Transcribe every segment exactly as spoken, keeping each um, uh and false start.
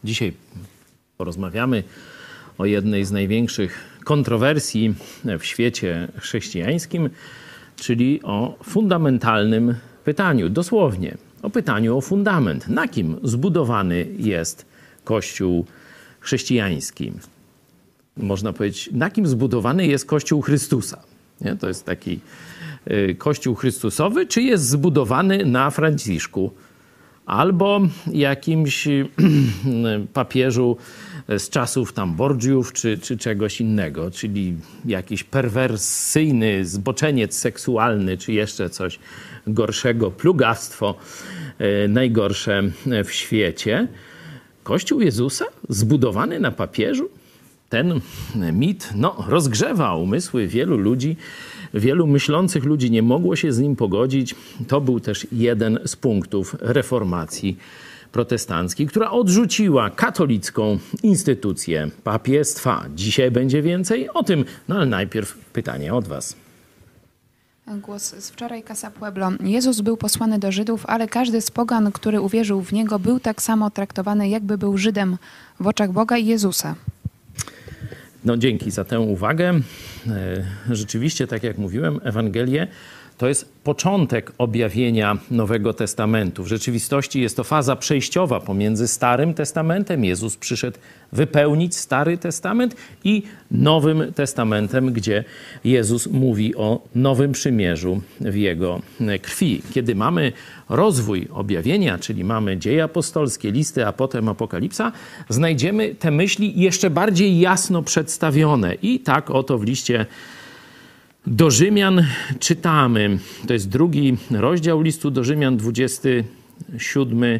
Dzisiaj porozmawiamy o jednej z największych kontrowersji w świecie chrześcijańskim, czyli o fundamentalnym pytaniu, dosłownie o pytaniu o fundament. Na kim zbudowany jest Kościół chrześcijański? Można powiedzieć, na kim zbudowany jest Kościół Chrystusa? Nie? To jest taki y, Kościół Chrystusowy, czy jest zbudowany na Franciszku? Albo jakimś papieżu z czasów tam Borgiów, czy, czy czegoś innego, czyli jakiś perwersyjny zboczeniec seksualny, czy jeszcze coś gorszego, plugawstwo e, najgorsze w świecie. Kościół Jezusa zbudowany na papieżu? Ten mit no, rozgrzewa umysły wielu ludzi. Wielu myślących ludzi nie mogło się z nim pogodzić. To był też jeden z punktów reformacji protestanckiej, która odrzuciła katolicką instytucję papiestwa. Dzisiaj będzie więcej o tym, no ale najpierw pytanie od was. Głos z wczoraj, Casa Pueblo. Jezus był posłany do Żydów, ale każdy z pogan, który uwierzył w Niego, był tak samo traktowany, jakby był Żydem w oczach Boga i Jezusa. No dzięki za tę uwagę. Rzeczywiście, tak jak mówiłem, Ewangelie to jest początek objawienia Nowego Testamentu. W rzeczywistości jest to faza przejściowa pomiędzy Starym Testamentem. Jezus przyszedł wypełnić Stary Testament i Nowym Testamentem, gdzie Jezus mówi o nowym przymierzu w Jego krwi. Kiedy mamy rozwój objawienia, czyli mamy dzieje apostolskie, listy, a potem Apokalipsa, znajdziemy te myśli jeszcze bardziej jasno przedstawione. I tak oto w liście do Rzymian czytamy, to jest drugi rozdział listu do Rzymian, dwudziesty siódmy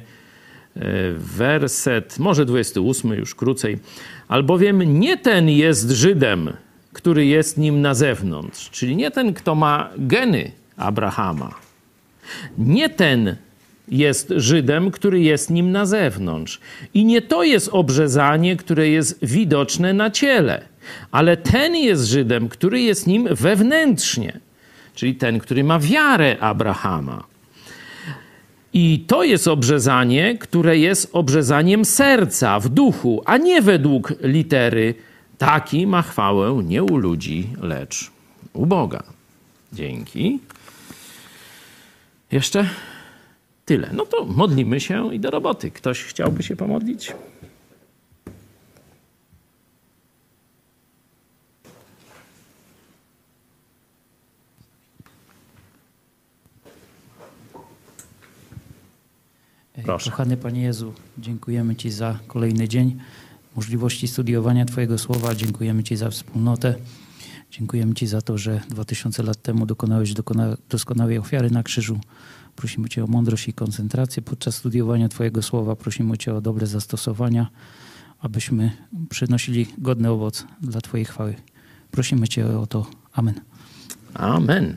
werset, może dwudziesty ósmy, już krócej. Albowiem nie ten jest Żydem, który jest nim na zewnątrz, czyli nie ten, kto ma geny Abrahama. Nie ten jest Żydem, który jest nim na zewnątrz. I nie to jest obrzezanie, które jest widoczne na ciele, ale ten jest Żydem, który jest nim wewnętrznie, czyli ten, który ma wiarę Abrahama. I to jest obrzezanie, które jest obrzezaniem serca, w duchu, a nie według litery. Taki ma chwałę nie u ludzi, lecz u Boga. Dzięki. Jeszcze tyle. No to modlimy się i do roboty. Ktoś chciałby się pomodlić? Proszę. Kochany Panie Jezu, dziękujemy Ci za kolejny dzień, możliwości studiowania Twojego Słowa. Dziękujemy Ci za wspólnotę. Dziękujemy Ci za to, że dwa tysiące lat temu dokonałeś dokona, doskonałej ofiary na krzyżu. Prosimy Cię o mądrość i koncentrację podczas studiowania Twojego Słowa. Prosimy Cię o dobre zastosowania, abyśmy przynosili godny owoc dla Twojej chwały. Prosimy Cię o to. Amen. Amen.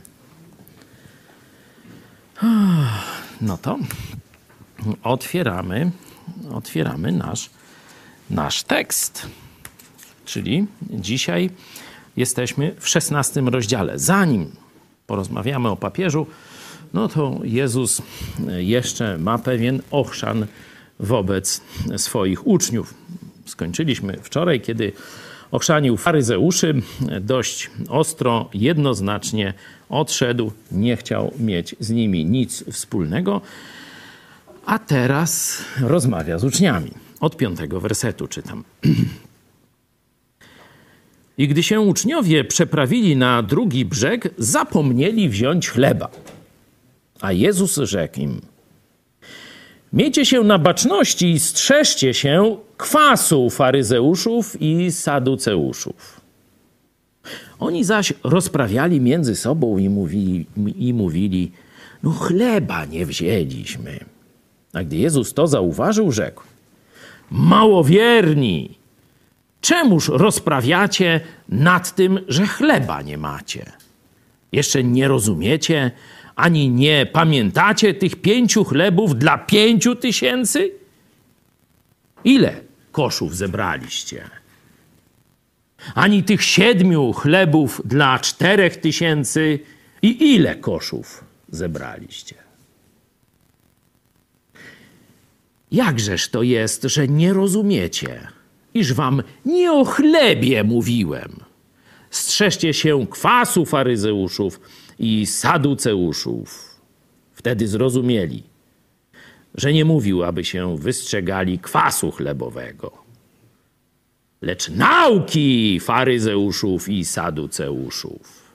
No to otwieramy, otwieramy nasz, nasz tekst. Czyli dzisiaj jesteśmy w szesnastym rozdziale. Zanim porozmawiamy o papieżu, no to Jezus jeszcze ma pewien ochrzan wobec swoich uczniów. Skończyliśmy wczoraj, kiedy ochrzanił faryzeuszy, dość ostro, jednoznacznie odszedł, nie chciał mieć z nimi nic wspólnego, a teraz rozmawia z uczniami. Od piątego wersetu czytam. I gdy się uczniowie przeprawili na drugi brzeg, zapomnieli wziąć chleba. A Jezus rzekł im: miejcie się na baczności i strzeżcie się kwasu faryzeuszów i saduceuszów. Oni zaś rozprawiali między sobą i mówili, i mówili: no chleba nie wzięliśmy. A gdy Jezus to zauważył, rzekł: małowierni, czemuż rozprawiacie nad tym, że chleba nie macie? Jeszcze nie rozumiecie, ani nie pamiętacie tych pięciu chlebów dla pięciu tysięcy? Ile koszów zebraliście? Ani tych siedmiu chlebów dla czterech tysięcy? I ile koszów zebraliście? jakżeż to jest, że nie rozumiecie, iż wam nie o chlebie mówiłem. Strzeżcie się kwasu faryzeuszów i saduceuszów. Wtedy zrozumieli, że nie mówił, aby się wystrzegali kwasu chlebowego, lecz nauki faryzeuszów i saduceuszów.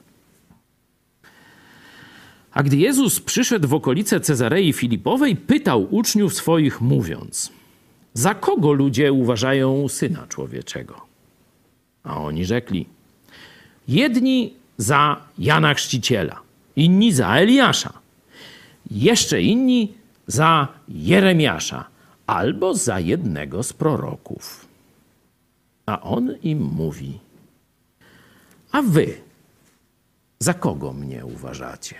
A gdy Jezus przyszedł w okolice Cezarei Filipowej, pytał uczniów swoich, mówiąc: za kogo ludzie uważają Syna Człowieczego? A oni rzekli: jedni za Jana Chrzciciela, inni za Eliasza, jeszcze inni za Jeremiasza albo za jednego z proroków. A on im mówi: a wy za kogo mnie uważacie?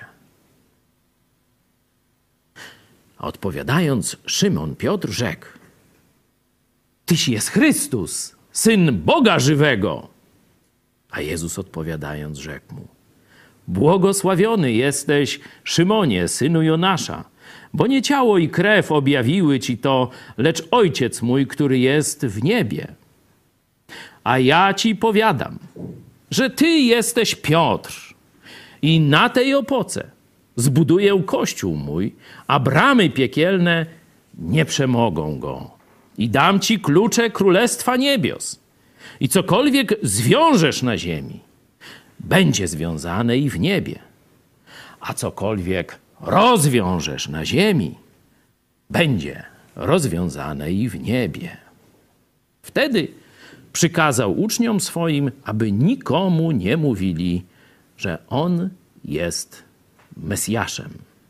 A odpowiadając, Szymon Piotr rzekł: tyś jest Chrystus, Syn Boga żywego. A Jezus odpowiadając rzekł mu: błogosławiony jesteś, Szymonie, synu Jonasza, bo nie ciało i krew objawiły ci to, lecz Ojciec mój, który jest w niebie. A ja ci powiadam, że ty jesteś Piotr i na tej opoce zbuduję kościół mój, a bramy piekielne nie przemogą go. I dam ci klucze Królestwa Niebios. I cokolwiek zwiążesz na ziemi, będzie związane i w niebie. A cokolwiek rozwiążesz na ziemi, będzie rozwiązane i w niebie. Wtedy przykazał uczniom swoim, aby nikomu nie mówili, że on jest Mesjaszem.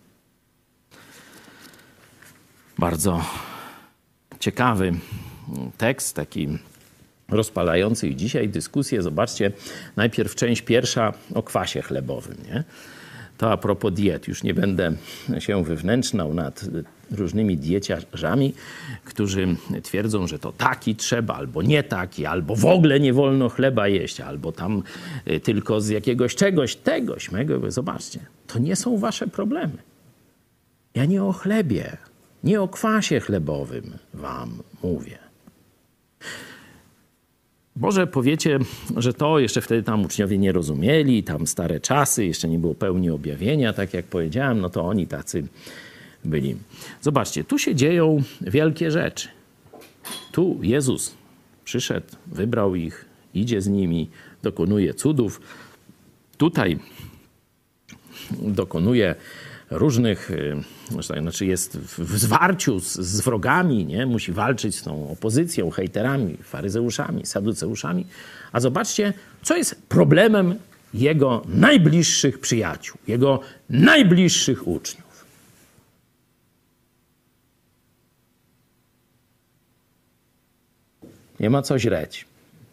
Bardzo ciekawy tekst, taki rozpalający i dzisiaj dyskusję. Zobaczcie, najpierw część pierwsza o kwasie chlebowym, nie? To a propos diet. Już nie będę się wywnętrzniał nad różnymi dieciarzami, którzy twierdzą, że to taki trzeba, albo nie taki, albo w ogóle nie wolno chleba jeść, albo tam tylko z jakiegoś czegoś, tegoś, mego. Zobaczcie, to nie są wasze problemy. Ja nie o chlebie, nie o kwasie chlebowym wam mówię. Może powiecie, że to jeszcze wtedy tam uczniowie nie rozumieli, tam stare czasy, jeszcze nie było pełni objawienia, tak jak powiedziałem, no to oni tacy byli. Zobaczcie, tu się dzieją wielkie rzeczy. Tu Jezus przyszedł, wybrał ich, idzie z nimi, dokonuje cudów. Tutaj dokonuje różnych, znaczy jest w zwarciu z, z wrogami, nie? Musi walczyć z tą opozycją, hejterami, faryzeuszami, saduceuszami. A zobaczcie, co jest problemem jego najbliższych przyjaciół, jego najbliższych uczniów. Nie ma co źreć.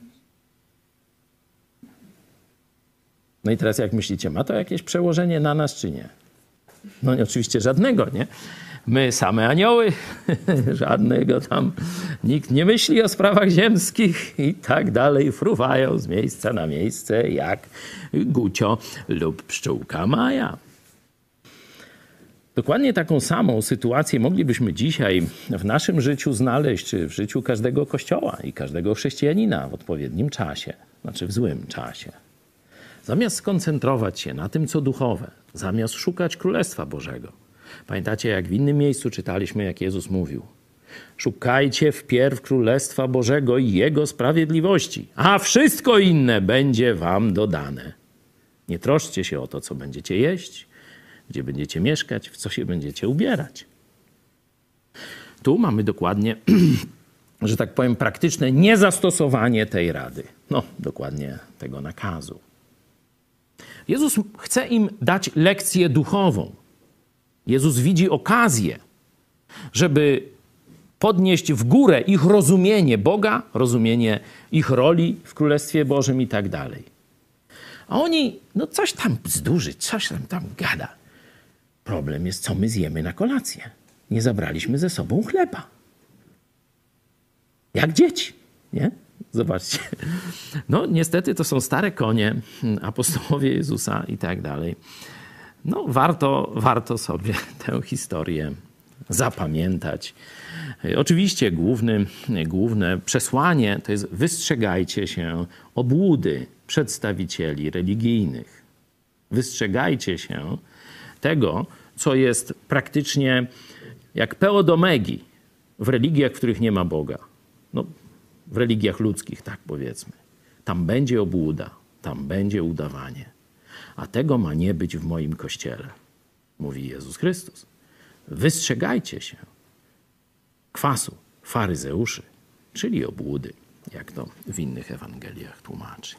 No i teraz jak myślicie, ma to jakieś przełożenie na nas, czy nie? No nie, oczywiście żadnego, nie? My same anioły, żadnego tam, nikt nie myśli o sprawach ziemskich i tak dalej, fruwają z miejsca na miejsce jak gucio lub pszczółka Maja. Dokładnie taką samą sytuację moglibyśmy dzisiaj w naszym życiu znaleźć, czy w życiu każdego kościoła i każdego chrześcijanina w odpowiednim czasie, znaczy w złym czasie. Zamiast skoncentrować się na tym, co duchowe, zamiast szukać Królestwa Bożego. Pamiętacie, jak w innym miejscu czytaliśmy, jak Jezus mówił: szukajcie wpierw Królestwa Bożego i Jego sprawiedliwości, a wszystko inne będzie wam dodane. Nie troszczcie się o to, co będziecie jeść, gdzie będziecie mieszkać, w co się będziecie ubierać. Tu mamy dokładnie, że tak powiem, praktyczne niezastosowanie tej rady. No, dokładnie tego nakazu. Jezus chce im dać lekcję duchową. Jezus widzi okazję, żeby podnieść w górę ich rozumienie Boga, rozumienie ich roli w Królestwie Bożym i tak dalej. A oni, no coś tam bzdurzy, coś tam, tam gada. Problem jest, co my zjemy na kolację. Nie zabraliśmy ze sobą chleba. Jak dzieci, nie? Zobaczcie. No niestety to są stare konie, apostołowie Jezusa i tak dalej. No warto, warto sobie tę historię zapamiętać. Oczywiście główny, główne przesłanie to jest: wystrzegajcie się obłudy przedstawicieli religijnych. Wystrzegajcie się tego, co jest praktycznie jak P do Megi w religiach, w których nie ma Boga. No, w religiach ludzkich, tak powiedzmy. Tam będzie obłuda, tam będzie udawanie. A tego ma nie być w moim Kościele, mówi Jezus Chrystus. Wystrzegajcie się kwasu faryzeuszy, czyli obłudy, jak to w innych Ewangeliach tłumaczy.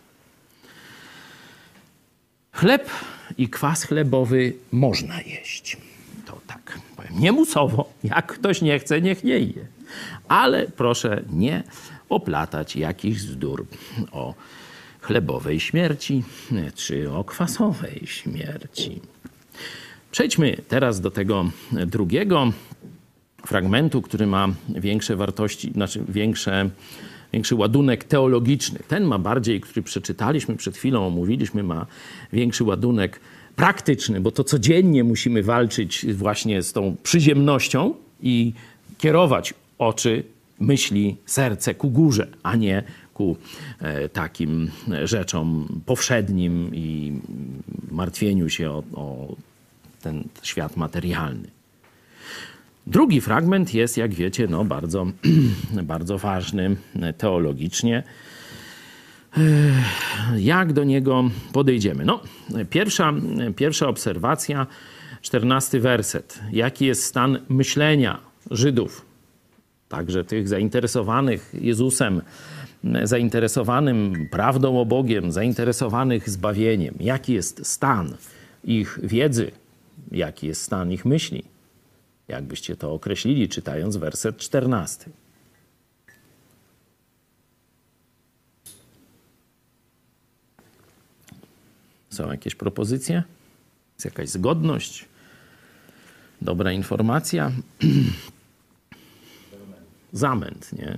Chleb i kwas chlebowy można jeść. To tak powiem, niemusowo. Jak ktoś nie chce, niech nie je. Ale proszę nie oplatać jakichś bzdur o chlebowej śmierci czy o kwasowej śmierci. Przejdźmy teraz do tego drugiego fragmentu, który ma większe wartości, znaczy większe, większy ładunek teologiczny. Ten ma bardziej, który przeczytaliśmy przed chwilą, omówiliśmy, ma większy ładunek praktyczny, bo to codziennie musimy walczyć właśnie z tą przyziemnością i kierować oczy, myśli, serce ku górze, a nie ku e, takim rzeczom powszednim i martwieniu się o, o ten świat materialny. Drugi fragment jest, jak wiecie, no bardzo, bardzo ważny teologicznie. Jak do niego podejdziemy? No, pierwsza, pierwsza obserwacja, czternasty werset. Jaki jest stan myślenia Żydów, także tych zainteresowanych Jezusem, zainteresowanym prawdą o Bogiem, zainteresowanych zbawieniem. Jaki jest stan ich wiedzy? Jaki jest stan ich myśli? Jak byście to określili, czytając werset czternasty? Są jakieś propozycje? Jest jakaś zgodność? Dobra informacja? Zamęt, nie?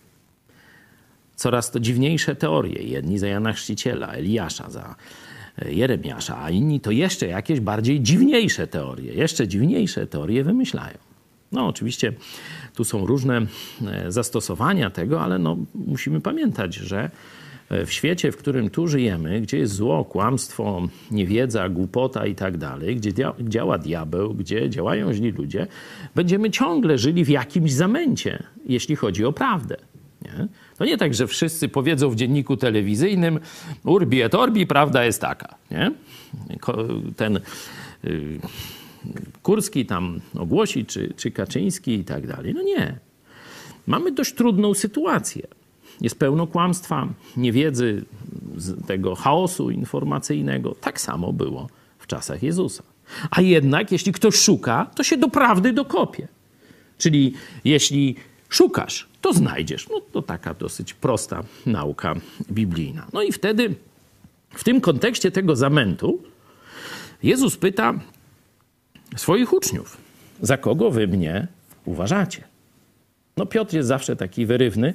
Coraz to dziwniejsze teorie. Jedni za Jana Chrzciciela, Eliasza, za Jeremiasza, a inni to jeszcze jakieś bardziej dziwniejsze teorie. Jeszcze dziwniejsze teorie wymyślają. No oczywiście tu są różne zastosowania tego, ale no, musimy pamiętać, że w świecie, w którym tu żyjemy, gdzie jest zło, kłamstwo, niewiedza, głupota i tak dalej, gdzie dia- działa diabeł, gdzie działają źli ludzie, będziemy ciągle żyli w jakimś zamęcie, jeśli chodzi o prawdę. Nie? To nie tak, że wszyscy powiedzą w dzienniku telewizyjnym urbi et orbi, prawda jest taka. Nie? Ten y, Kurski tam ogłosi, czy, czy Kaczyński i tak dalej. No nie. Mamy dość trudną sytuację. Jest pełno kłamstwa, niewiedzy, z tego chaosu informacyjnego. Tak samo było w czasach Jezusa. A jednak, jeśli ktoś szuka, to się do prawdy dokopie. Czyli jeśli szukasz, to znajdziesz. No to taka dosyć prosta nauka biblijna. No i wtedy w tym kontekście tego zamętu Jezus pyta swoich uczniów, za kogo wy mnie uważacie? No Piotr jest zawsze taki wyrywny.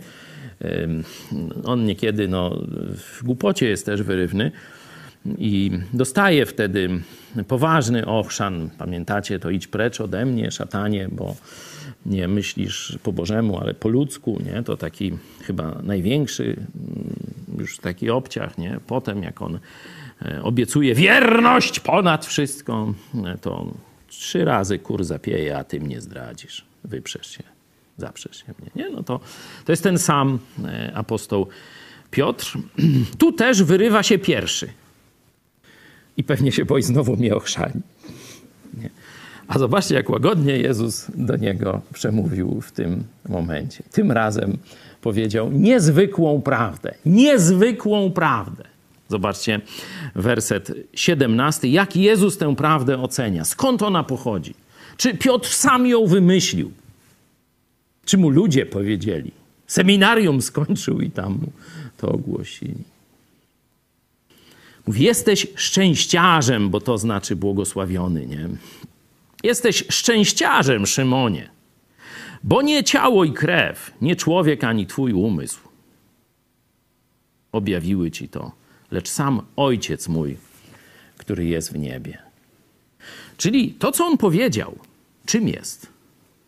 On niekiedy no, w głupocie jest też wyrywny i dostaje wtedy poważny ochrzan. Pamiętacie, to idź precz ode mnie, szatanie, bo nie myślisz po Bożemu, ale po ludzku, nie? To taki chyba największy już taki obciach, nie? Potem jak on obiecuje wierność ponad wszystko, to on trzy razy kur zapieje, a ty mnie zdradzisz. Wyprzesz się, zaprzesz się mnie. Nie? No to, to jest ten sam apostoł Piotr. Tu też wyrywa się pierwszy. I pewnie się boi, znowu mnie ochrzani. Nie? A zobaczcie, jak łagodnie Jezus do niego przemówił w tym momencie. Tym razem powiedział niezwykłą prawdę. Niezwykłą prawdę. Zobaczcie werset siedemnasty. Jak Jezus tę prawdę ocenia? Skąd ona pochodzi? Czy Piotr sam ją wymyślił? Czy mu ludzie powiedzieli? Seminarium skończył i tam mu to ogłosili. Mówi, jesteś szczęściarzem, bo to znaczy błogosławiony, nie? Jesteś szczęściarzem, Szymonie, bo nie ciało i krew, nie człowiek ani twój umysł objawiły ci to, lecz sam Ojciec mój, który jest w niebie. Czyli to, co on powiedział, czym jest?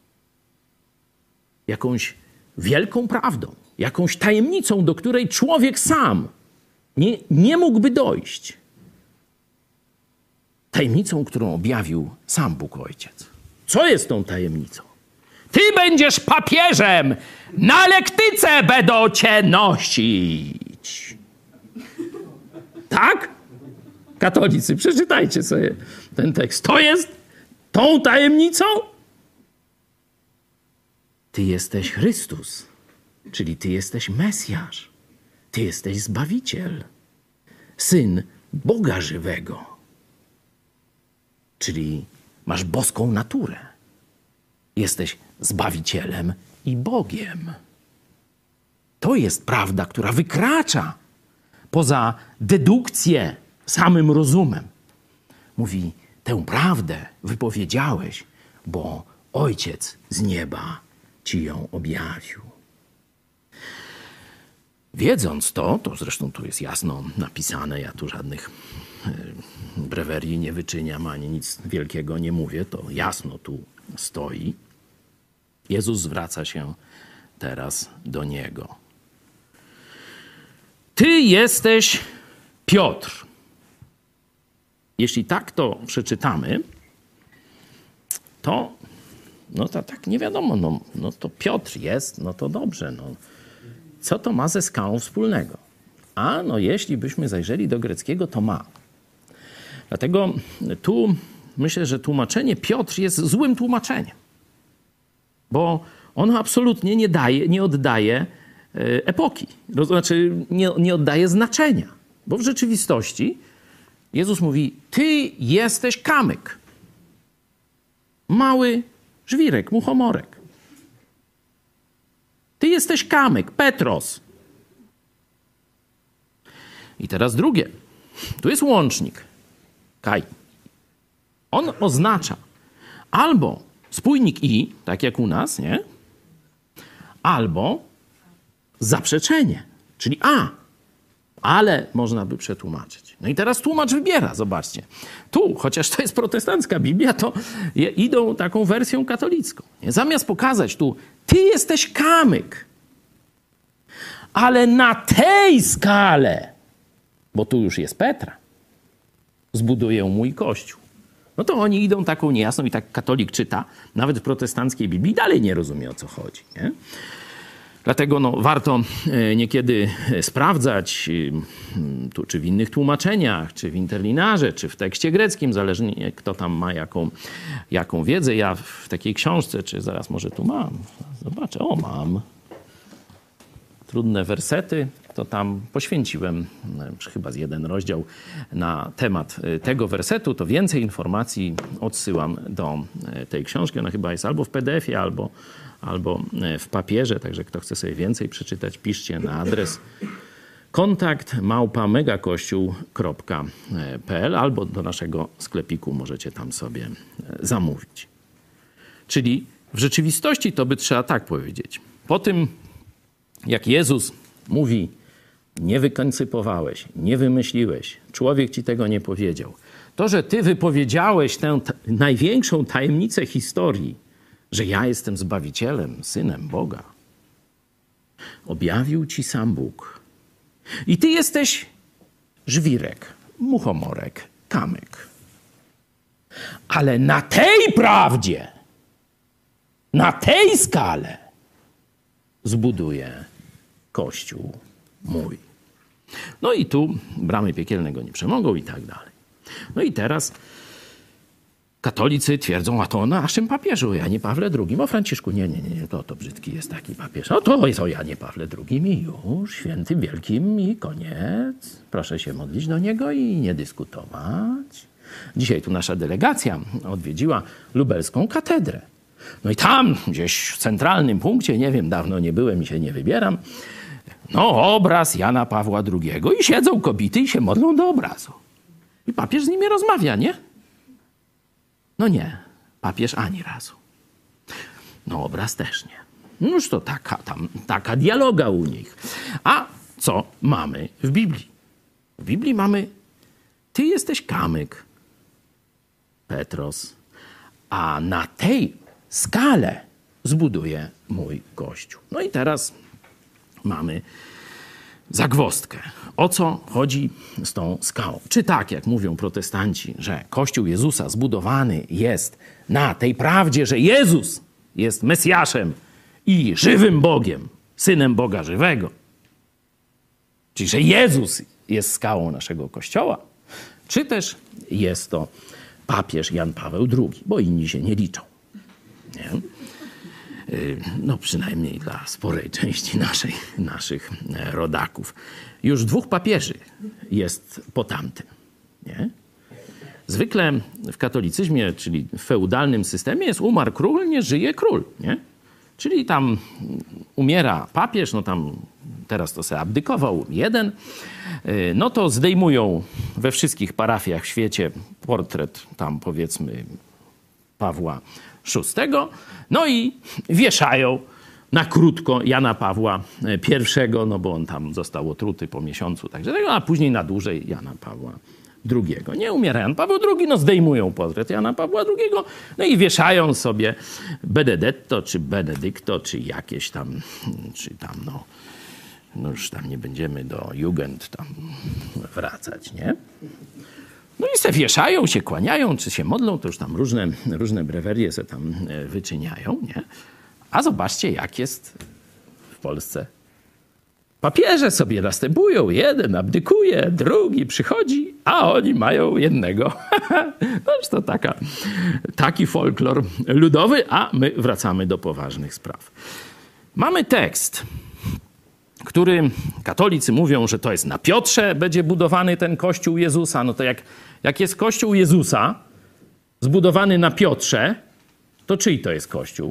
jakąś wielką prawdą, jakąś tajemnicą, do której człowiek sam nie, nie mógłby dojść. Tajemnicą, którą objawił sam Bóg Ojciec. Co jest tą tajemnicą? Ty będziesz papieżem, na lektyce będą cię nosić. Tak? Katolicy, przeczytajcie sobie ten tekst. To jest tą tajemnicą? Ty jesteś Chrystus, czyli Ty jesteś Mesjasz. Ty jesteś Zbawiciel, Syn Boga żywego. Czyli masz boską naturę. Jesteś Zbawicielem i Bogiem. To jest prawda, która wykracza poza dedukcję samym rozumem. Mówi, tę prawdę wypowiedziałeś, bo Ojciec z nieba ci ją objawił. Wiedząc to, to zresztą tu jest jasno napisane, ja tu żadnych brewerii nie wyczyniam, ani nic wielkiego nie mówię, to jasno tu stoi. Jezus zwraca się teraz do Niego. Ty jesteś Piotr. Jeśli tak to przeczytamy, to no to tak nie wiadomo, no, no to Piotr jest, no to dobrze, no. Co to ma ze skałą wspólnego? A no jeśli byśmy zajrzeli do greckiego, to ma. Dlatego tu myślę, że tłumaczenie Piotr jest złym tłumaczeniem. Bo ono absolutnie nie daje, nie oddaje epoki. Znaczy nie, nie oddaje znaczenia. Bo w rzeczywistości Jezus mówi, ty jesteś kamyk. Mały żwirek, muchomorek. Ty jesteś kamyk, Petros. I teraz drugie. Tu jest łącznik. Kaj. On oznacza albo spójnik i, tak jak u nas, nie? Albo zaprzeczenie, czyli a. Ale można by przetłumaczyć. No i teraz tłumacz wybiera, zobaczcie. Tu, chociaż to jest protestancka Biblia, to je, idą taką wersją katolicką. Nie? Zamiast pokazać tu, ty jesteś kamyk, ale na tej skale, bo tu już jest Petra, zbuduję mój Kościół. No to oni idą taką niejasną i tak katolik czyta, nawet w protestanckiej Biblii, dalej nie rozumie, o co chodzi. Nie? Dlatego no, warto niekiedy sprawdzać, tu, czy w innych tłumaczeniach, czy w interlinarze, czy w tekście greckim, zależnie kto tam ma jaką, jaką wiedzę. Ja w takiej książce, czy zaraz może tu mam, zobaczę, o mam, trudne wersety, to tam poświęciłem chyba z jeden rozdział na temat tego wersetu, to więcej informacji odsyłam do tej książki. Ona chyba jest albo w P D F ie, albo, albo w papierze, także kto chce sobie więcej przeczytać, piszcie na adres kontakt małpa megakościół kropka p l albo do naszego sklepiku możecie tam sobie zamówić. Czyli w rzeczywistości to by trzeba tak powiedzieć. Po tym, jak Jezus mówi, nie wykoncypowałeś, nie wymyśliłeś, człowiek ci tego nie powiedział. To, że ty wypowiedziałeś tę t- największą tajemnicę historii, że ja jestem Zbawicielem, Synem Boga, objawił ci sam Bóg. I ty jesteś żwirek, muchomorek, kamyk. Ale na tej prawdzie, na tej skale zbuduję Kościół mój. No i tu bramy piekielnego nie przemogą i tak dalej. No i teraz katolicy twierdzą, a to o naszym papieżu, Janie Pawle drugim. O Franciszku, nie, nie, nie, to, to brzydki jest taki papież. No to jest o Janie Pawle drugim i już, świętym wielkim i koniec. Proszę się modlić do niego i nie dyskutować. Dzisiaj tu nasza delegacja odwiedziła lubelską katedrę. No i tam gdzieś w centralnym punkcie, nie wiem, dawno nie byłem i się nie wybieram, no obraz Jana Pawła drugiego i siedzą kobiety i się modlą do obrazu. I papież z nimi rozmawia, nie? No nie, papież ani razu. No obraz też nie. Noż to taka tam, taka dialoga u nich. A co mamy w Biblii? W Biblii mamy, ty jesteś kamyk, Petros, a na tej skale zbuduję mój Kościół. No i teraz mamy zagwozdkę. O co chodzi z tą skałą? Czy tak, jak mówią protestanci, że Kościół Jezusa zbudowany jest na tej prawdzie, że Jezus jest Mesjaszem i żywym Bogiem, Synem Boga żywego? Czyli, że Jezus jest skałą naszego Kościoła? Czy też jest to papież Jan Paweł drugi, bo inni się nie liczą? Nie? No przynajmniej dla sporej części naszej, naszych rodaków. Już dwóch papieży jest po tamtym. Nie? Zwykle w katolicyzmie, czyli w feudalnym systemie jest umarł król, nie żyje król. Nie? Czyli tam umiera papież, no tam teraz to sobie abdykował jeden, no to zdejmują we wszystkich parafiach w świecie portret tam powiedzmy Pawła szóstego, no i wieszają na krótko Jana Pawła pierwszego, no bo on tam został otruty po miesiącu, także tego, a później na dłużej Jana Pawła drugiego. Nie umiera Jan Paweł drugi, no zdejmują portret Jana Pawła drugiego, no i wieszają sobie Benedetto, czy Benedykto, czy jakieś tam, czy tam, no, no już tam nie będziemy do Jugend tam wracać, nie? No i se wieszają, się kłaniają, czy się modlą, to już tam różne, różne brewerie se tam wyczyniają, nie? A zobaczcie, jak jest w Polsce. Papieże sobie następują, jeden abdykuje, drugi przychodzi, a oni mają jednego. No już to taka, taki folklor ludowy, a my wracamy do poważnych spraw. Mamy tekst, który katolicy mówią, że to jest na Piotrze będzie budowany ten Kościół Jezusa. No to jak, jak jest Kościół Jezusa zbudowany na Piotrze, to czyj to jest Kościół?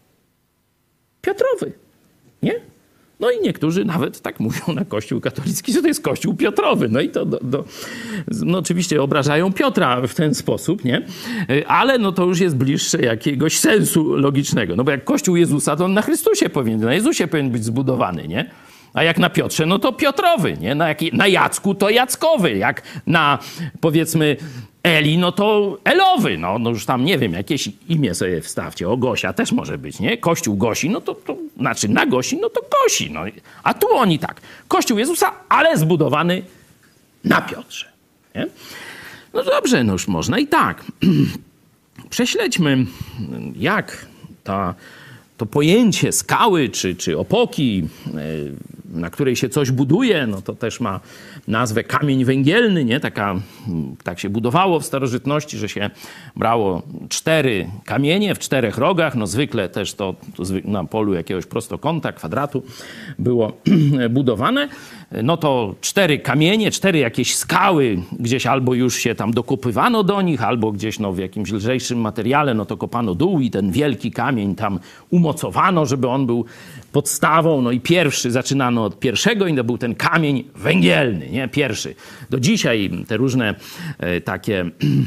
Piotrowy, nie? No i niektórzy nawet tak mówią na Kościół katolicki, że to jest Kościół Piotrowy. No i to do, do, no oczywiście obrażają Piotra w ten sposób, nie? Ale no to już jest bliższe jakiegoś sensu logicznego. No bo jak Kościół Jezusa, to on na Chrystusie powinien, na Jezusie powinien być zbudowany, nie? A jak na Piotrze, no to Piotrowy, nie? Na, jak, na Jacku to Jackowy. Jak na, powiedzmy, Eli, no to Elowy. No, no już tam, nie wiem, jakieś imię sobie wstawcie. O, Gosia też może być, nie? Kościół Gosi, no to, to znaczy na Gosi, no to Gosi. No. A tu oni tak. Kościół Jezusa, ale zbudowany na Piotrze. Nie? No dobrze, no już można i tak. Prześledźmy, jak ta... to pojęcie skały czy, czy opoki, na której się coś buduje, no to też ma nazwę kamień węgielny, nie? Taka, tak się budowało w starożytności, że się brało cztery kamienie w czterech rogach, no zwykle też to, to na polu jakiegoś prostokąta, kwadratu było budowane. No to cztery kamienie, cztery jakieś skały, gdzieś albo już się tam dokopywano do nich, albo gdzieś no, w jakimś lżejszym materiale, no to kopano dół i ten wielki kamień tam umocowano, żeby on był podstawą. No i pierwszy, zaczynano od pierwszego i to był ten kamień węgielny, nie? Pierwszy. Do dzisiaj te różne e, takie,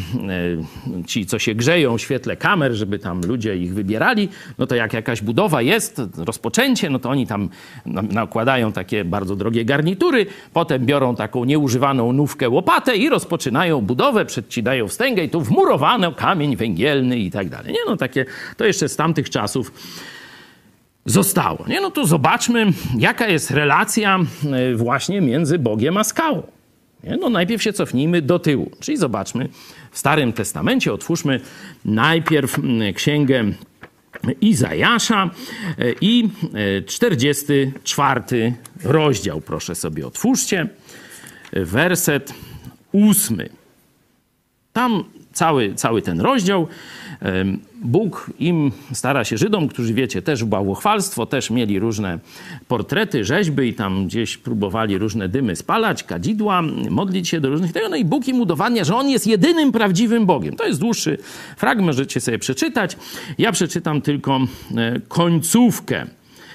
e, ci co się grzeją w świetle kamer, żeby tam ludzie ich wybierali, no to jak jakaś budowa jest, rozpoczęcie, no to oni tam nakładają takie bardzo drogie garnitury, potem biorą taką nieużywaną nówkę, łopatę i rozpoczynają budowę, przedcinają wstęgę i tu wmurowano kamień węgielny i tak dalej. Nie, no takie, to jeszcze z tamtych czasów zostało. Nie, no to zobaczmy, jaka jest relacja właśnie między Bogiem a skałą. Nie? No najpierw się cofnijmy do tyłu, czyli zobaczmy w Starym Testamencie, otwórzmy najpierw księgę Izajasza i czterdziesty czwarty rozdział, proszę sobie otwórzcie, werset ósmy. Tam cały, cały ten rozdział, Bóg im stara się Żydom, którzy wiecie, też bałwochwalstwo, też mieli różne portrety, rzeźby i tam gdzieś próbowali różne dymy spalać, kadzidła, modlić się do różnych tego. No i Bóg im udowadnia, że On jest jedynym prawdziwym Bogiem. To jest dłuższy fragment, możecie sobie przeczytać. Ja przeczytam tylko końcówkę.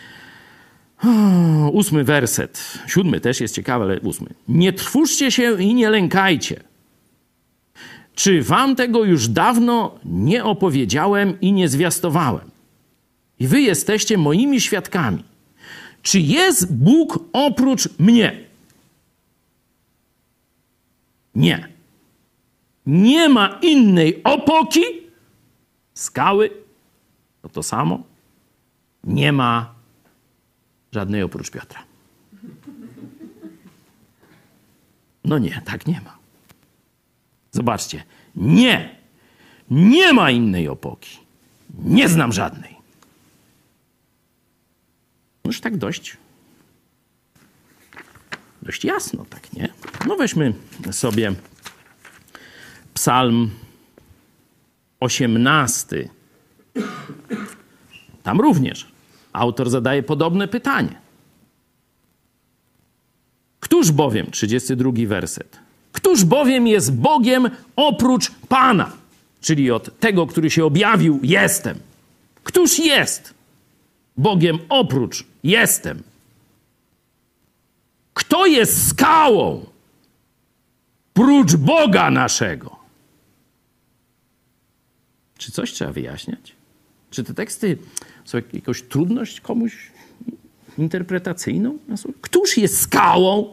Ósmy werset. Siódmy też jest ciekawy, ale ósmy. Nie trwóżcie się i nie lękajcie. Czy wam tego już dawno nie opowiedziałem i nie zwiastowałem? I wy jesteście moimi świadkami. Czy jest Bóg oprócz mnie? Nie. Nie ma innej opoki, skały, to to samo, nie ma żadnej oprócz Piotra. No nie, tak nie ma. Zobaczcie, nie, nie ma innej opoki. Nie znam żadnej. Już tak dość, dość jasno, tak nie? No weźmy sobie Psalm osiemnasty. Tam również autor zadaje podobne pytanie. Któż bowiem, trzydziesty drugi werset, któż bowiem jest Bogiem oprócz Pana? Czyli od tego, który się objawił, jestem. Któż jest Bogiem oprócz jestem? Kto jest skałą prócz Boga naszego? Czy coś trzeba wyjaśniać? Czy te teksty są jakąś trudność komuś interpretacyjną? Któż jest skałą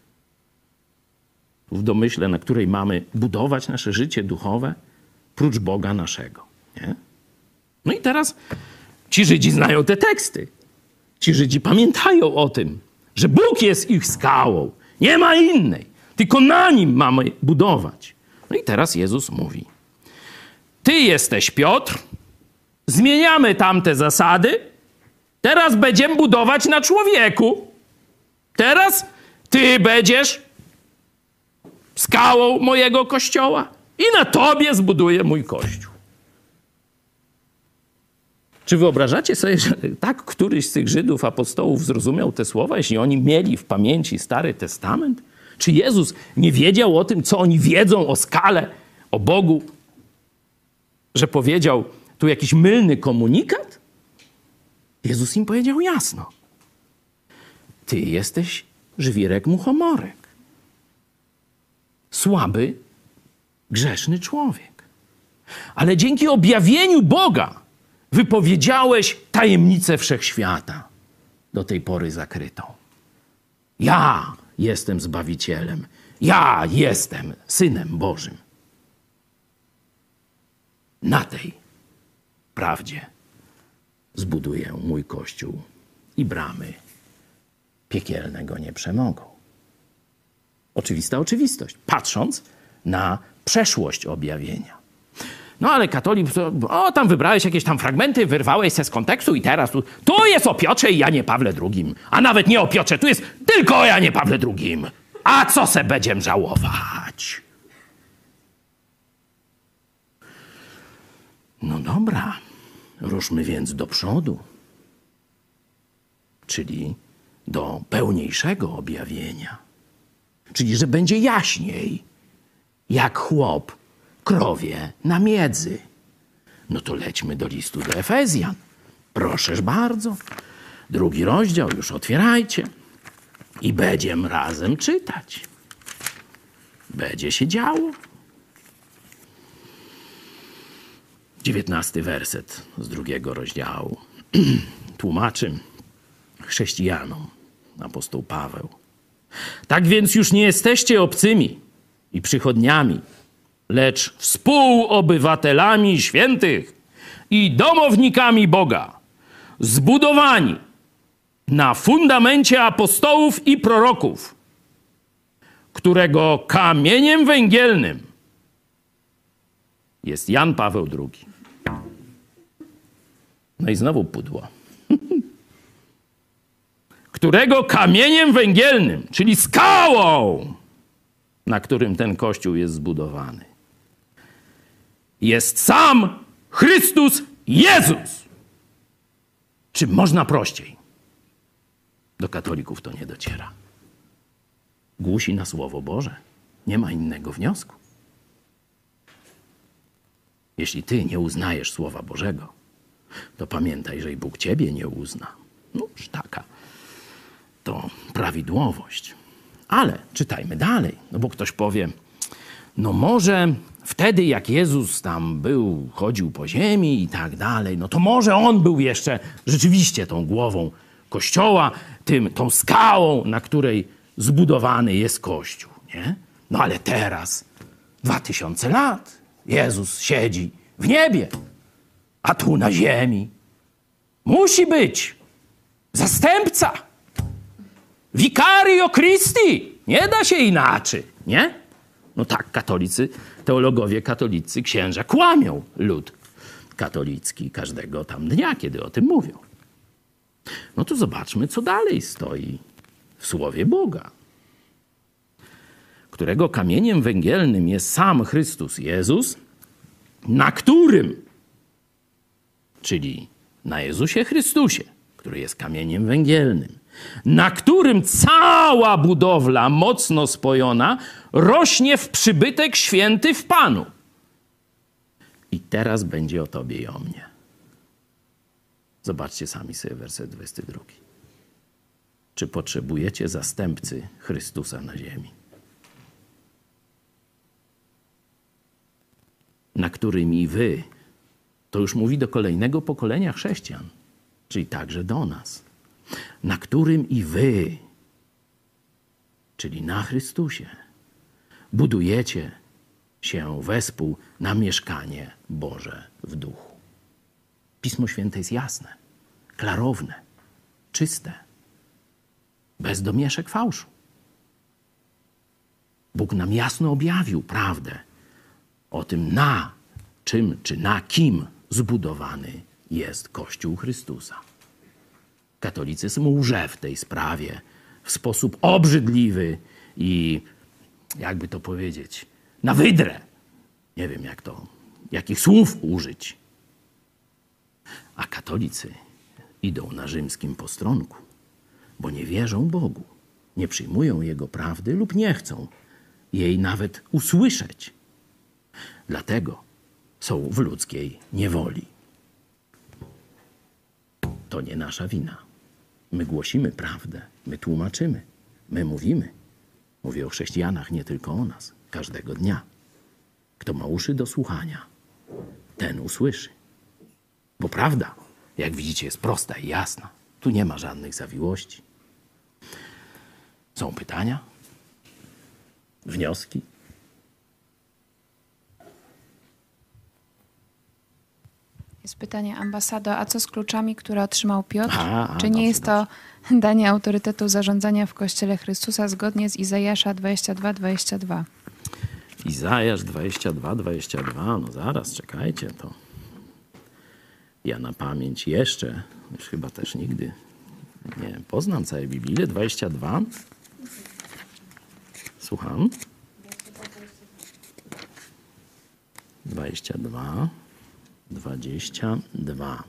w domyśle, na której mamy budować nasze życie duchowe, prócz Boga naszego? Nie? No i teraz ci Żydzi znają te teksty. Ci Żydzi pamiętają o tym, że Bóg jest ich skałą. Nie ma innej. Tylko na nim mamy budować. No i teraz Jezus mówi: ty jesteś Piotr, zmieniamy tamte zasady, teraz będziemy budować na człowieku. Teraz ty będziesz skałą mojego Kościoła i na tobie zbuduję mój Kościół. Czy wyobrażacie sobie, że tak któryś z tych Żydów, apostołów zrozumiał te słowa, jeśli oni mieli w pamięci Stary Testament? Czy Jezus nie wiedział o tym, co oni wiedzą o skale, o Bogu, że powiedział tu jakiś mylny komunikat? Jezus im powiedział jasno: ty jesteś żwirek muchomorek. Słaby, grzeszny człowiek. Ale dzięki objawieniu Boga wypowiedziałeś tajemnicę wszechświata, do tej pory zakrytą. Ja jestem Zbawicielem. Ja jestem Synem Bożym. Na tej prawdzie zbuduję mój Kościół i bramy piekielne go nie przemogą. Oczywista oczywistość, patrząc na przeszłość objawienia. No ale katolik, o tam wybrałeś jakieś tam fragmenty, wyrwałeś se z kontekstu i teraz tu, tu jest o Piotrze i Janie Pawle drugim. A nawet nie o Piotrze, tu jest tylko o Janie Pawle drugim. A co se będziem żałować? No dobra, ruszmy więc do przodu. Czyli do pełniejszego objawienia. Czyli, że będzie jaśniej, jak chłop krowie na miedzy. No to lećmy do listu do Efezjan. Proszę bardzo. Drugi rozdział, już otwierajcie. I będziemy razem czytać. Będzie się działo. Dziewiętnasty werset z drugiego rozdziału. Tłumaczy chrześcijanom apostoł Paweł. Tak więc już nie jesteście obcymi i przychodniami, lecz współobywatelami świętych i domownikami Boga, zbudowani na fundamencie apostołów i proroków, którego kamieniem węgielnym jest Jan Paweł drugi. No i znowu pudło. Którego kamieniem węgielnym, czyli skałą, na którym ten Kościół jest zbudowany, jest sam Chrystus Jezus. Czy można prościej? Do katolików to nie dociera. Głusi na Słowo Boże. Nie ma innego wniosku. Jeśli ty nie uznajesz Słowa Bożego, to pamiętaj, że i Bóg ciebie nie uzna. No już taka to prawidłowość. Ale czytajmy dalej, no bo ktoś powie, no może wtedy jak Jezus tam był, chodził po ziemi i tak dalej, no to może On był jeszcze rzeczywiście tą głową Kościoła, tym, tą skałą, na której zbudowany jest Kościół, nie? No ale teraz, dwa tysiące lat, Jezus siedzi w niebie, a tu na ziemi Musi być zastępca. Vicario Christi. Nie da się inaczej, nie? No tak, katolicy, teologowie katolicy, księża kłamią lud katolicki każdego tam dnia, kiedy o tym mówią. No to zobaczmy, co dalej stoi w Słowie Boga, którego kamieniem węgielnym jest sam Chrystus Jezus, na którym, czyli na Jezusie Chrystusie, który jest kamieniem węgielnym, na którym cała budowla mocno spojona rośnie w przybytek święty w Panu. I teraz będzie o tobie i o mnie. Zobaczcie sami sobie werset dwudziesty drugi. Czy potrzebujecie zastępcy Chrystusa na ziemi? Na którym i wy, to już mówi do kolejnego pokolenia chrześcijan, czyli także do nas, na którym i wy, czyli na Chrystusie, budujecie się wespół na mieszkanie Boże w duchu. Pismo Święte jest jasne, klarowne, czyste, bez domieszek fałszu. Bóg nam jasno objawił prawdę o tym, na czym czy na kim zbudowany jest Kościół Chrystusa. Katolicyzm łże w tej sprawie w sposób obrzydliwy i, jakby to powiedzieć, na wydrę. Nie wiem, jak to, jakich słów użyć. A katolicy idą na rzymskim postronku, bo nie wierzą Bogu, nie przyjmują Jego prawdy lub nie chcą jej nawet usłyszeć. Dlatego są w ludzkiej niewoli. To nie nasza wina. My głosimy prawdę, my tłumaczymy, my mówimy. Mówię o chrześcijanach, nie tylko o nas, każdego dnia. Kto ma uszy do słuchania, ten usłyszy. Bo prawda, jak widzicie, jest prosta i jasna. Tu nie ma żadnych zawiłości. Są pytania? Wnioski? Jest pytanie, ambasado, a co z kluczami, które otrzymał Piotr? A, a, Czy nie dobrze, jest to danie autorytetu zarządzania w Kościele Chrystusa zgodnie z Izajasza dwadzieścia dwa, dwadzieścia dwa? Izajasz dwadzieścia dwa, dwadzieścia dwa, no zaraz, czekajcie, to ja na pamięć jeszcze, już chyba też nigdy nie poznam całej Biblii. dwadzieścia dwa. Słucham. dwadzieścia dwa, dwadzieścia dwa.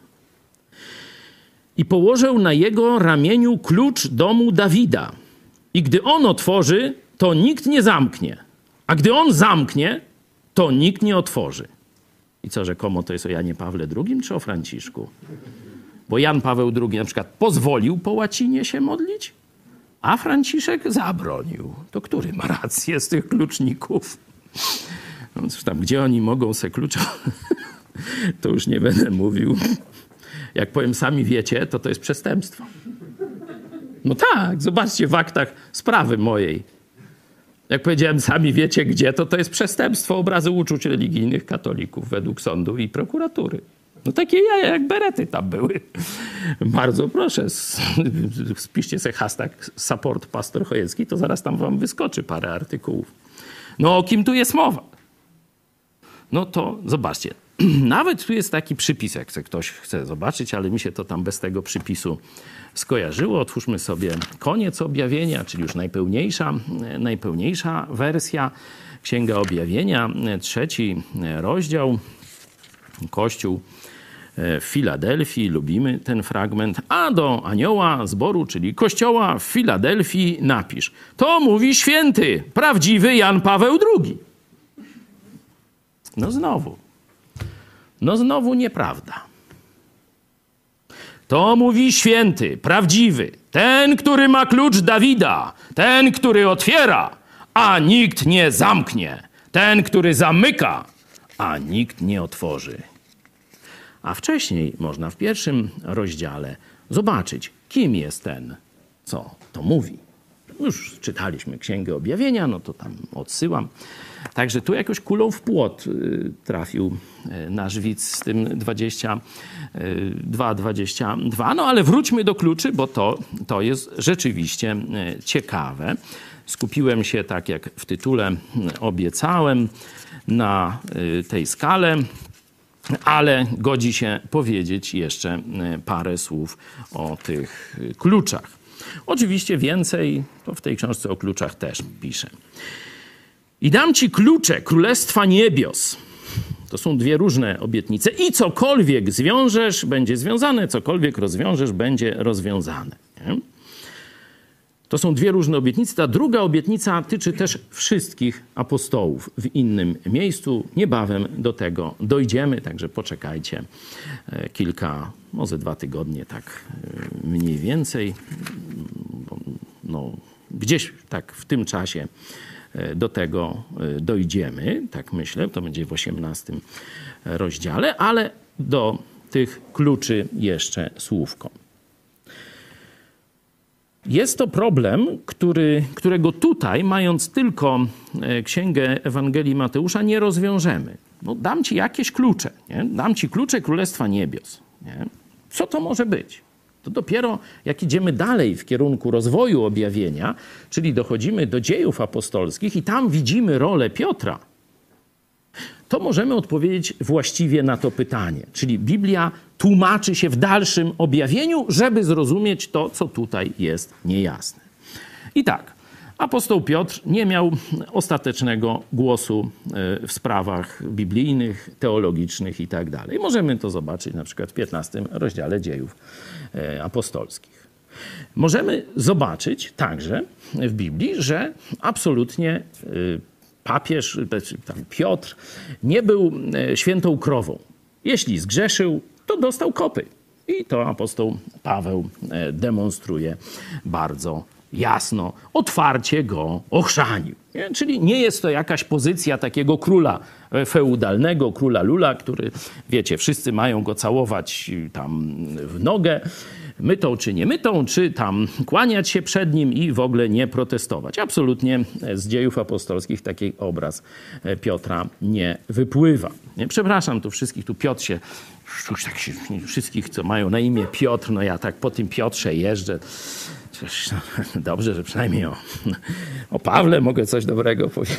I położył na jego ramieniu klucz domu Dawida. I gdy on otworzy, to nikt nie zamknie. A gdy on zamknie, to nikt nie otworzy. I co, rzekomo to jest o Janie Pawle drugim czy o Franciszku? Bo Jan Paweł drugi na przykład pozwolił po łacinie się modlić, a Franciszek zabronił. To który ma rację z tych kluczników? No cóż tam, gdzie oni mogą se klucza? To już nie będę mówił. Jak powiem, sami wiecie, to to jest przestępstwo. No tak, zobaczcie w aktach sprawy mojej. Jak powiedziałem, sami wiecie gdzie, to to jest przestępstwo obrazu uczuć religijnych katolików według sądu i prokuratury. No takie jaja jak berety tam były. Bardzo proszę, spiszcie sobie hashtag support pastor Chojecki, to zaraz tam wam wyskoczy parę artykułów. No o kim tu jest mowa? No to zobaczcie. Nawet tu jest taki przypis, jak ktoś chce zobaczyć, ale mi się to tam bez tego przypisu skojarzyło. Otwórzmy sobie koniec objawienia, czyli już najpełniejsza, najpełniejsza wersja. Księga Objawienia, trzeci rozdział. Kościół w Filadelfii, lubimy ten fragment. A do anioła zboru, czyli kościoła w Filadelfii napisz. To mówi święty, prawdziwy Jan Paweł drugi. No znowu. No znowu nieprawda. To mówi święty, prawdziwy, ten, który ma klucz Dawida, ten, który otwiera, a nikt nie zamknie, ten, który zamyka, a nikt nie otworzy. A wcześniej można w pierwszym rozdziale zobaczyć, kim jest ten, co to mówi. Już czytaliśmy Księgę Objawienia, no to tam odsyłam. Także tu jakoś kulą w płot trafił nasz widz z tym dwadzieścia dwa dwadzieścia dwa. No ale wróćmy do kluczy, bo to, to jest rzeczywiście ciekawe. Skupiłem się, tak jak w tytule obiecałem, na tej skale, ale godzi się powiedzieć jeszcze parę słów o tych kluczach. Oczywiście więcej, to w tej książce o kluczach też piszę. I dam ci klucze Królestwa Niebios. To są dwie różne obietnice. I cokolwiek zwiążesz, będzie związane, cokolwiek rozwiążesz, będzie rozwiązane. Nie? To są dwie różne obietnice. Ta druga obietnica tyczy też wszystkich apostołów w innym miejscu. Niebawem do tego dojdziemy, także poczekajcie kilka, może dwa tygodnie, tak mniej więcej. No, gdzieś tak w tym czasie do tego dojdziemy, tak myślę, to będzie w osiemnastym rozdziale, ale do tych kluczy jeszcze słówko. Jest to problem, który, którego tutaj, mając tylko Księgę Ewangelii Mateusza, nie rozwiążemy. No, dam ci jakieś klucze, nie? Dam ci klucze Królestwa Niebios. Nie? Co to może być? To dopiero jak idziemy dalej w kierunku rozwoju objawienia, czyli dochodzimy do Dziejów Apostolskich i tam widzimy rolę Piotra, to możemy odpowiedzieć właściwie na to pytanie. Czyli Biblia tłumaczy się w dalszym objawieniu, żeby zrozumieć to, co tutaj jest niejasne. I tak, apostoł Piotr nie miał ostatecznego głosu w sprawach biblijnych, teologicznych i tak dalej. Możemy to zobaczyć na przykład w piętnastym rozdziale Dziejów Apostolskich. Możemy zobaczyć także w Biblii, że absolutnie papież, tam Piotr, nie był świętą krową. Jeśli zgrzeszył, to dostał kopy. I to apostoł Paweł demonstruje bardzo jasno, otwarcie go ochrzanił. Nie? Czyli nie jest to jakaś pozycja takiego króla feudalnego, króla Lula, który, wiecie, wszyscy mają go całować tam w nogę, mytą czy nie mytą, czy tam kłaniać się przed nim i w ogóle nie protestować. Absolutnie z Dziejów Apostolskich taki obraz Piotra nie wypływa. Nie? Przepraszam tu wszystkich, tu Piotr się, już tak się, wszystkich, co mają na imię Piotr, no ja tak po tym Piotrze jeżdżę. Dobrze, że przynajmniej o, o Pawle mogę coś dobrego powiedzieć.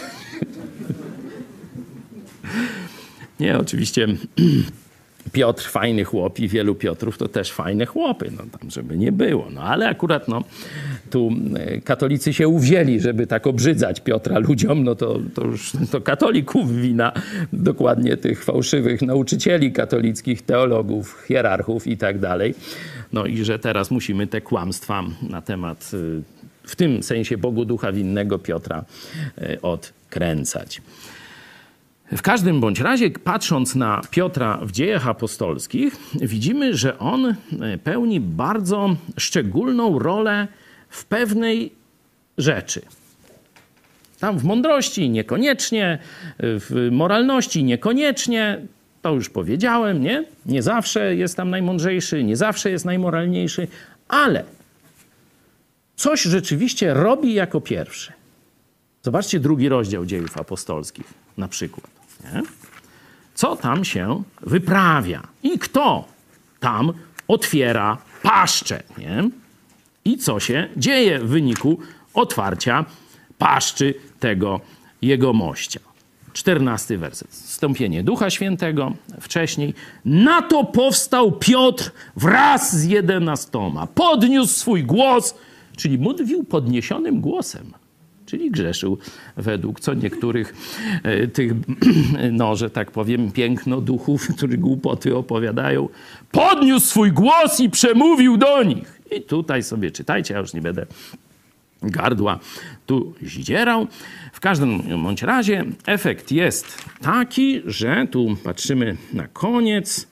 Nie, oczywiście Piotr, fajny chłop i wielu Piotrów to też fajne chłopy, no tam żeby nie było. No ale akurat no, tu katolicy się uwzięli, żeby tak obrzydzać Piotra ludziom, no to, to już to katolików wina, dokładnie tych fałszywych nauczycieli katolickich, teologów, hierarchów i tak dalej. No i że teraz musimy te kłamstwa na temat, w tym sensie Bogu Ducha Winnego Piotra odkręcać. W każdym bądź razie, patrząc na Piotra w Dziejach Apostolskich, widzimy, że on pełni bardzo szczególną rolę w pewnej rzeczy. Tam w mądrości niekoniecznie, w moralności niekoniecznie, to już powiedziałem, nie? Nie zawsze jest tam najmądrzejszy, nie zawsze jest najmoralniejszy, ale coś rzeczywiście robi jako pierwszy. Zobaczcie drugi rozdział Dziejów Apostolskich na przykład. Nie? Co tam się wyprawia i kto tam otwiera paszczę. Nie? I co się dzieje w wyniku otwarcia paszczy tego jegomościa. Czternasty werset. Wstąpienie Ducha Świętego wcześniej. Na to powstał Piotr wraz z jedenastoma. Podniósł swój głos, czyli mówił podniesionym głosem. Czyli grzeszył według co niektórych e, tych, no, że tak powiem, piękno duchów, którzy głupoty opowiadają. Podniósł swój głos i przemówił do nich. I tutaj sobie czytajcie, ja już nie będę gardła tu zdzierał. W każdym bądź razie efekt jest taki, że tu patrzymy na koniec.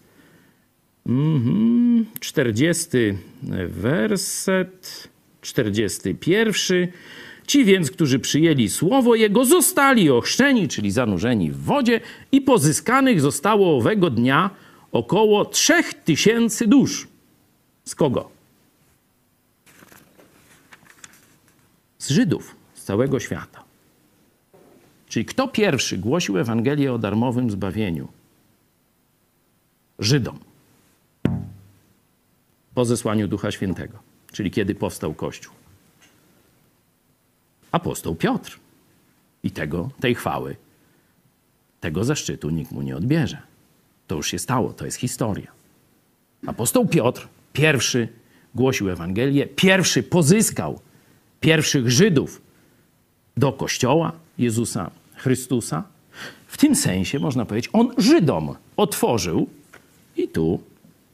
Mhm. czterdziesty werset, czterdziesty pierwszy. Ci więc, którzy przyjęli słowo Jego, zostali ochrzczeni, czyli zanurzeni w wodzie i pozyskanych zostało owego dnia około trzech tysięcy dusz. Z kogo? z Żydów, z całego świata. Czyli kto pierwszy głosił Ewangelię o darmowym zbawieniu? Żydom. Po zesłaniu Ducha Świętego, czyli kiedy powstał Kościół. Apostoł Piotr. I tego, tej chwały, tego zaszczytu nikt mu nie odbierze. To już się stało, to jest historia. Apostoł Piotr pierwszy głosił Ewangelię, pierwszy pozyskał pierwszych Żydów do Kościoła Jezusa Chrystusa. W tym sensie można powiedzieć, on Żydom otworzył i tu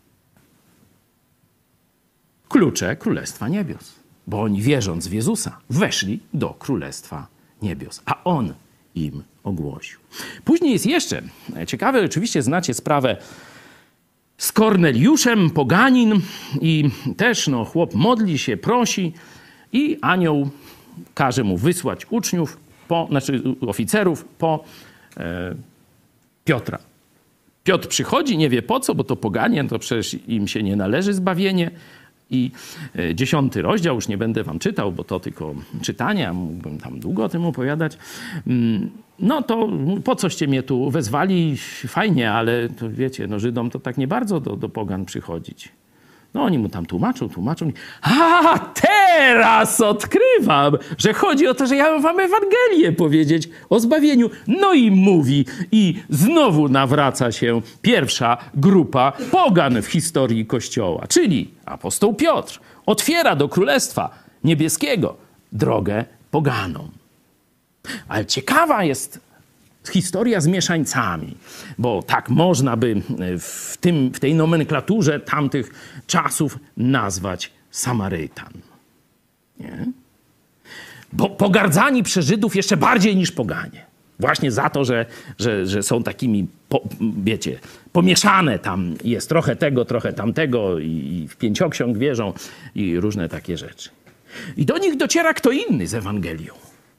klucze Królestwa Niebios. Bo oni wierząc w Jezusa weszli do Królestwa Niebios, a On im ogłosił. Później jest jeszcze ciekawe, oczywiście znacie sprawę z Korneliuszem, poganin i też no, chłop modli się, prosi i anioł każe mu wysłać uczniów, po, znaczy oficerów po e, Piotra. Piotr przychodzi, nie wie po co, bo to poganie, to przecież im się nie należy zbawienie. I dziesiąty rozdział, już nie będę wam czytał, bo to tylko czytania, mógłbym tam długo o tym opowiadać. No to po coście mnie tu wezwali? Fajnie, ale to wiecie, no Żydom to tak nie bardzo do, do pogan przychodzić. No oni mu tam tłumaczą, tłumaczą. A teraz odkrywam, że chodzi o to, że ja mam wam Ewangelię powiedzieć o zbawieniu. No i mówi, i znowu nawraca się pierwsza grupa pogan w historii Kościoła, czyli apostoł Piotr otwiera do Królestwa Niebieskiego drogę poganom. Ale ciekawa jest historia z mieszańcami, bo tak można by w, tym, w tej nomenklaturze tamtych czasów nazwać Samarytan. Nie? Bo pogardzani przez Żydów jeszcze bardziej niż poganie. Właśnie za to, że, że, że są takimi, po, wiecie, pomieszane tam. Jest trochę tego, trochę tamtego i, i w pięcioksiąg wierzą i różne takie rzeczy. I do nich dociera kto inny z Ewangelią.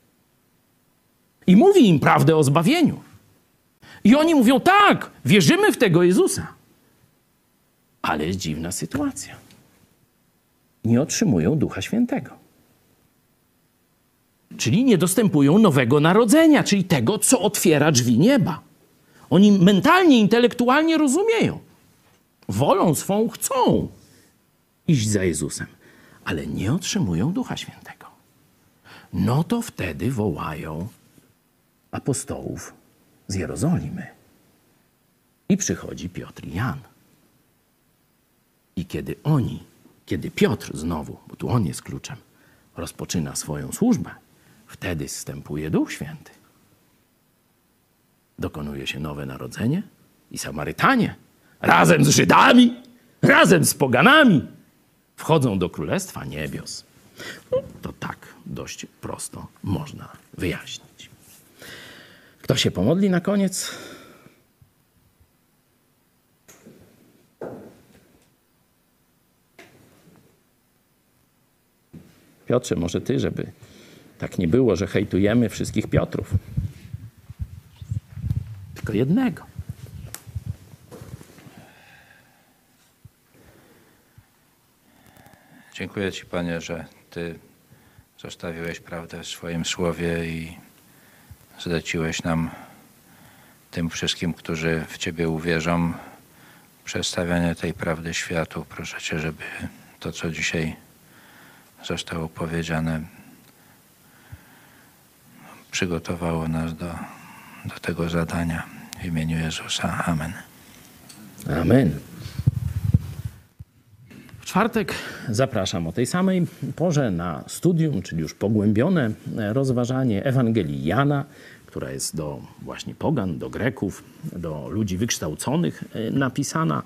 I mówi im prawdę o zbawieniu. I oni mówią, tak, wierzymy w tego Jezusa. Ale jest dziwna sytuacja. Nie otrzymują Ducha Świętego. Czyli nie dostępują nowego narodzenia, czyli tego, co otwiera drzwi nieba. Oni mentalnie, intelektualnie rozumieją. Wolą swą chcą iść za Jezusem, ale nie otrzymują Ducha Świętego. No to wtedy wołają apostołów z Jerozolimy. I przychodzi Piotr i Jan. I kiedy oni, kiedy Piotr znowu, bo tu on jest kluczem, rozpoczyna swoją służbę, wtedy zstępuje Duch Święty. Dokonuje się nowe narodzenie i Samarytanie razem z Żydami, razem z poganami wchodzą do Królestwa Niebios. No, to tak dość prosto można wyjaśnić. Kto się pomodli na koniec? Piotrze, może ty, żeby tak nie było, że hejtujemy wszystkich Piotrów. Tylko jednego. Dziękuję ci, Panie, że ty zostawiłeś prawdę w swoim słowie i zleciłeś nam, tym wszystkim, którzy w Ciebie uwierzą, przedstawianie tej prawdy światu. Proszę Cię, żeby to, co dzisiaj zostało powiedziane, przygotowało nas do, do tego zadania. W imieniu Jezusa. Amen. Amen. W czwartek zapraszam o tej samej porze na studium, czyli już pogłębione rozważanie Ewangelii Jana, która jest do właśnie pogan, do Greków, do ludzi wykształconych napisana.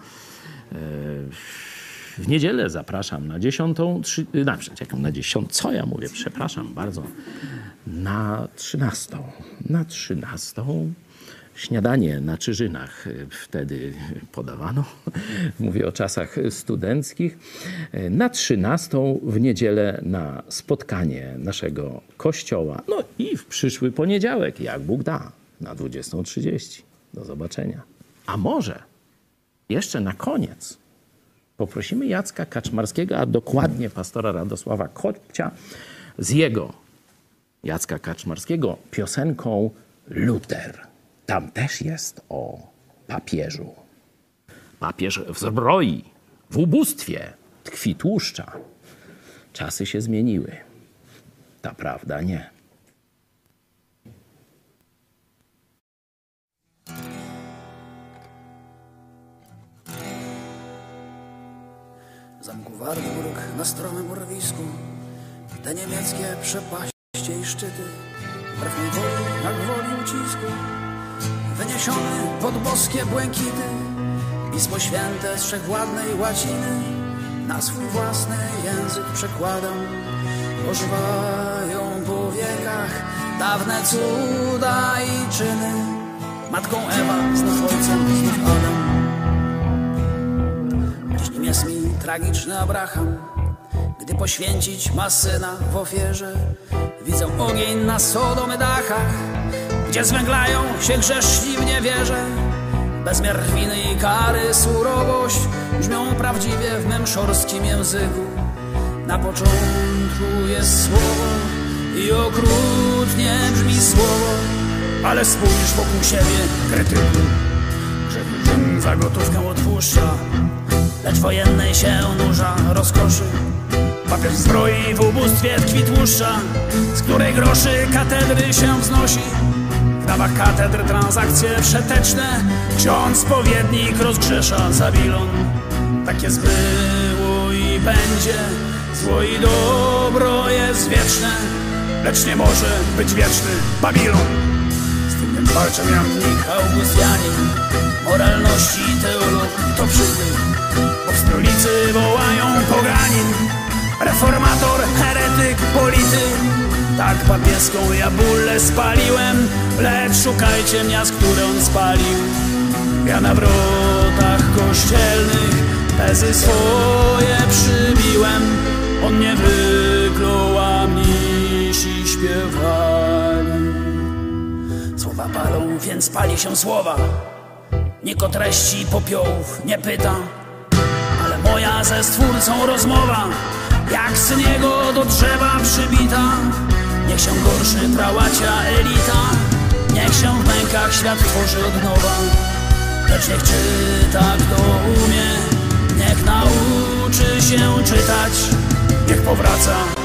W niedzielę zapraszam na dziesiątą, trzy, na, na dziesiątą, co ja mówię, przepraszam bardzo, na trzynastą, na trzynastą. Śniadanie na Czyżynach wtedy podawano. Mówię o czasach studenckich. Na trzynastą w niedzielę na spotkanie naszego kościoła. No i w przyszły poniedziałek, jak Bóg da, na dwudziestą trzydzieści. Do zobaczenia. A może jeszcze na koniec poprosimy Jacka Kaczmarskiego, a dokładnie pastora Radosława Kopcia z jego Jacka Kaczmarskiego piosenką Luter. Tam też jest o papieżu. Papież w zbroi, w ubóstwie tkwi tłuszcza. Czasy się zmieniły. Ta prawda nie. Zamku Wartburg na stromym urwisku, te niemieckie przepaście i szczyty, wbrew mej woli, jak woli ucisku, wyniesiony pod boskie błękity, Pismo Święte z wszechwładnej łaciny na swój własny język przekładam. Ożywają po wiekach dawne cuda i czyny, matką Ewa, znów ojcem, znów Adam. Dziś nim jest mi tragiczny Abraham, gdy poświęcić ma syna w ofierze. Widzę ogień na Sodomy dachach, gdzie zwęglają się grzeszni w niewierze. Bezmiar winy i kary, surowość brzmią prawdziwie w mym szorskim języku. Na początku jest słowo i okrutnie brzmi słowo, ale spójrz wokół siebie, krytyku. Grzech za gotówkę odpuszcza, lecz wojennej się nurza rozkoszy. Papież zbroi w ubóstwie tkwi tłuszcza, z której groszy katedry się wznosi. W dawach katedr transakcje przeteczne, ksiądz spowiednik rozgrzesza Zabilon. Takie było i będzie, zło i dobro jest wieczne, lecz nie może być wieczny Babilon. Z tym więc walczę Jan Mnich Augustianin, moralności teolog to przybył, bo w stolicy wołają poganin. Reformator, heretyk, polityk, tak papieską ja bullę spaliłem, lecz szukajcie miast, które on spalił. Ja na wrotach kościelnych tezy swoje przybiłem, on nie wyklął, a mnisi śpiewali. Słowa palą, więc pali się słowa, nikt o treści popiołów nie pyta, ale moja ze Stwórcą rozmowa, jak syn jego do drzewa przybita. Niech się gorszy prałacia elita, niech się w mękach świat tworzy od nowa, lecz niech czyta kto umie, niech nauczy się czytać, niech powraca